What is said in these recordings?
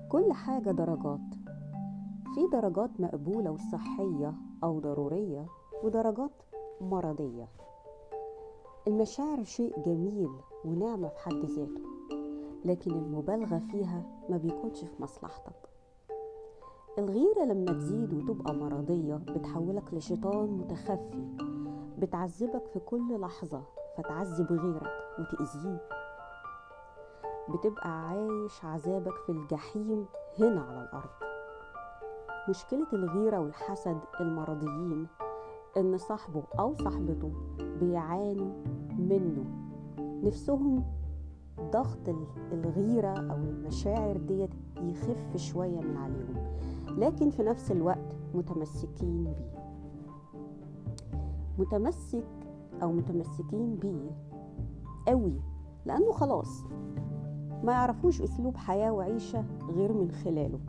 كل حاجة درجات. في درجات مقبولة وصحية أو ضرورية، ودرجات مرضية. المشاعر شيء جميل ونعمة في حد ذاته، لكن المبالغة فيها ما بيكونش في مصلحتك. الغيرة لما تزيد وتبقى مرضية بتحولك لشيطان متخفي، بتعذبك في كل لحظة فتعذب غيرك وتأذيه. بتبقى عايش عذابك في الجحيم هنا على الأرض. مشكلة الغيرة والحسد المرضيين إن صاحبه أو صاحبته بيعانوا منه، نفسهم ضغط الغيرة أو المشاعر ديت يخف شوية من عليهم، لكن في نفس الوقت متمسكين بيه. متمسكين بيه قوي، لأنه خلاص ما يعرفوش أسلوب حياة وعيشة غير من خلاله.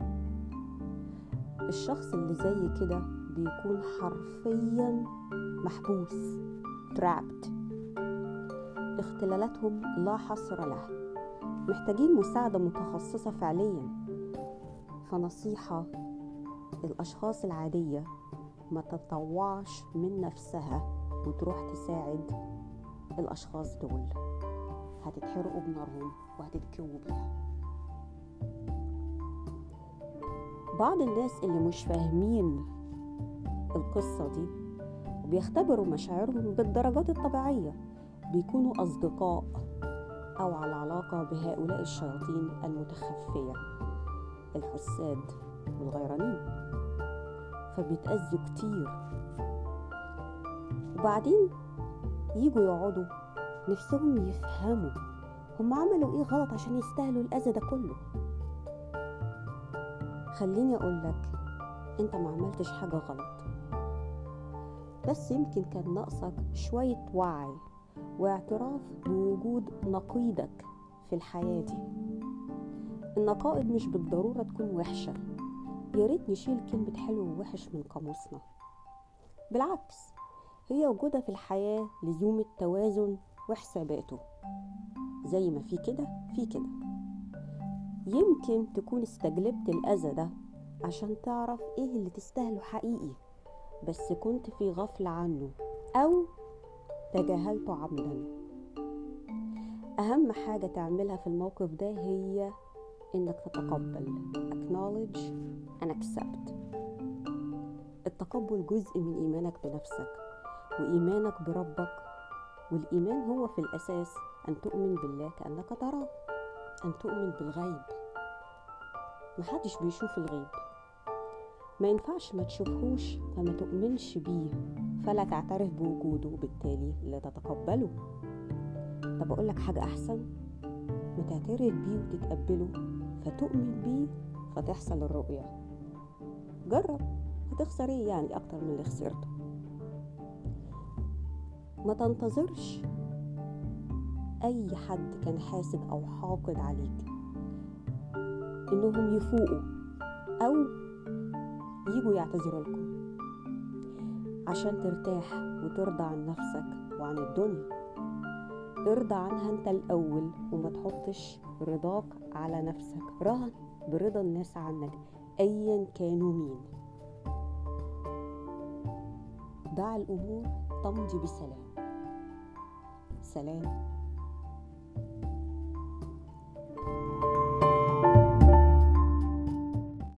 الشخص اللي زي كده بيكون حرفيا محبوس، trapped. اختلالاتهم لا حصر لها، محتاجين مساعدة متخصصة فعليا. فنصيحة: الأشخاص العادية ما تتطوعش من نفسها وتروح تساعد الأشخاص دول، هتتحرقوا بنارهم وهتتكووا بيها. بعض الناس اللي مش فاهمين القصة دي وبيختبروا مشاعرهم بالدرجات الطبيعية بيكونوا أصدقاء أو على علاقة بهؤلاء الشياطين المتخفية الحساد والغيرانين، فبيتأذوا كتير. وبعدين يجوا يقعدوا نفسهم يفهموا هم عملوا ايه غلط عشان يستاهلوا الأذى ده كله. خليني أقولك، انت ما عملتش حاجة غلط، بس يمكن كان ناقصك شوية وعي واعتراف بوجود نقيضك في الحياة دي. النقائض مش بالضرورة تكون وحشة، ياريت نشيل كلمة حلو ووحش من قاموسنا. بالعكس، هي وجودها في الحياة لزوم التوازن وحساباته. زي ما في كده في كده. يمكن تكون استجلبت الأذى ده عشان تعرف ايه اللي تستاهله حقيقي، بس كنت في غفلة عنه أو تجاهلته عمدا. أهم حاجة تعملها في الموقف ده هي إنك تتقبل، acknowledge and accept. التقبل جزء من إيمانك بنفسك وإيمانك بربك، والإيمان هو في الأساس أن تؤمن بالله كأنك تراه، أن تؤمن بالغيب. محدش بيشوف الغيب، ما ينفعش ما تشوفهوش فما تؤمنش بيه، فلا تعترف بوجوده وبالتالي لا تتقبله. طب أقولك حاجة أحسن، ما تعترف بيه وتتقبله فتؤمن بيه فتحصل الرؤية. جرب، هتخسر ايه يعني أكتر من اللي خسرته؟ ما تنتظرش أي حد كان حاسد أو حاقد عليك إنهم يفوقوا أو يجوا يعتذروا لكم عشان ترتاح وترضى عن نفسك وعن الدنيا. ارضى عنها انت الأول، وما تحطش رضاك على نفسك رهن برضا الناس عنك أيا كانوا مين. دع الأمور تمضي بسلام. سلام.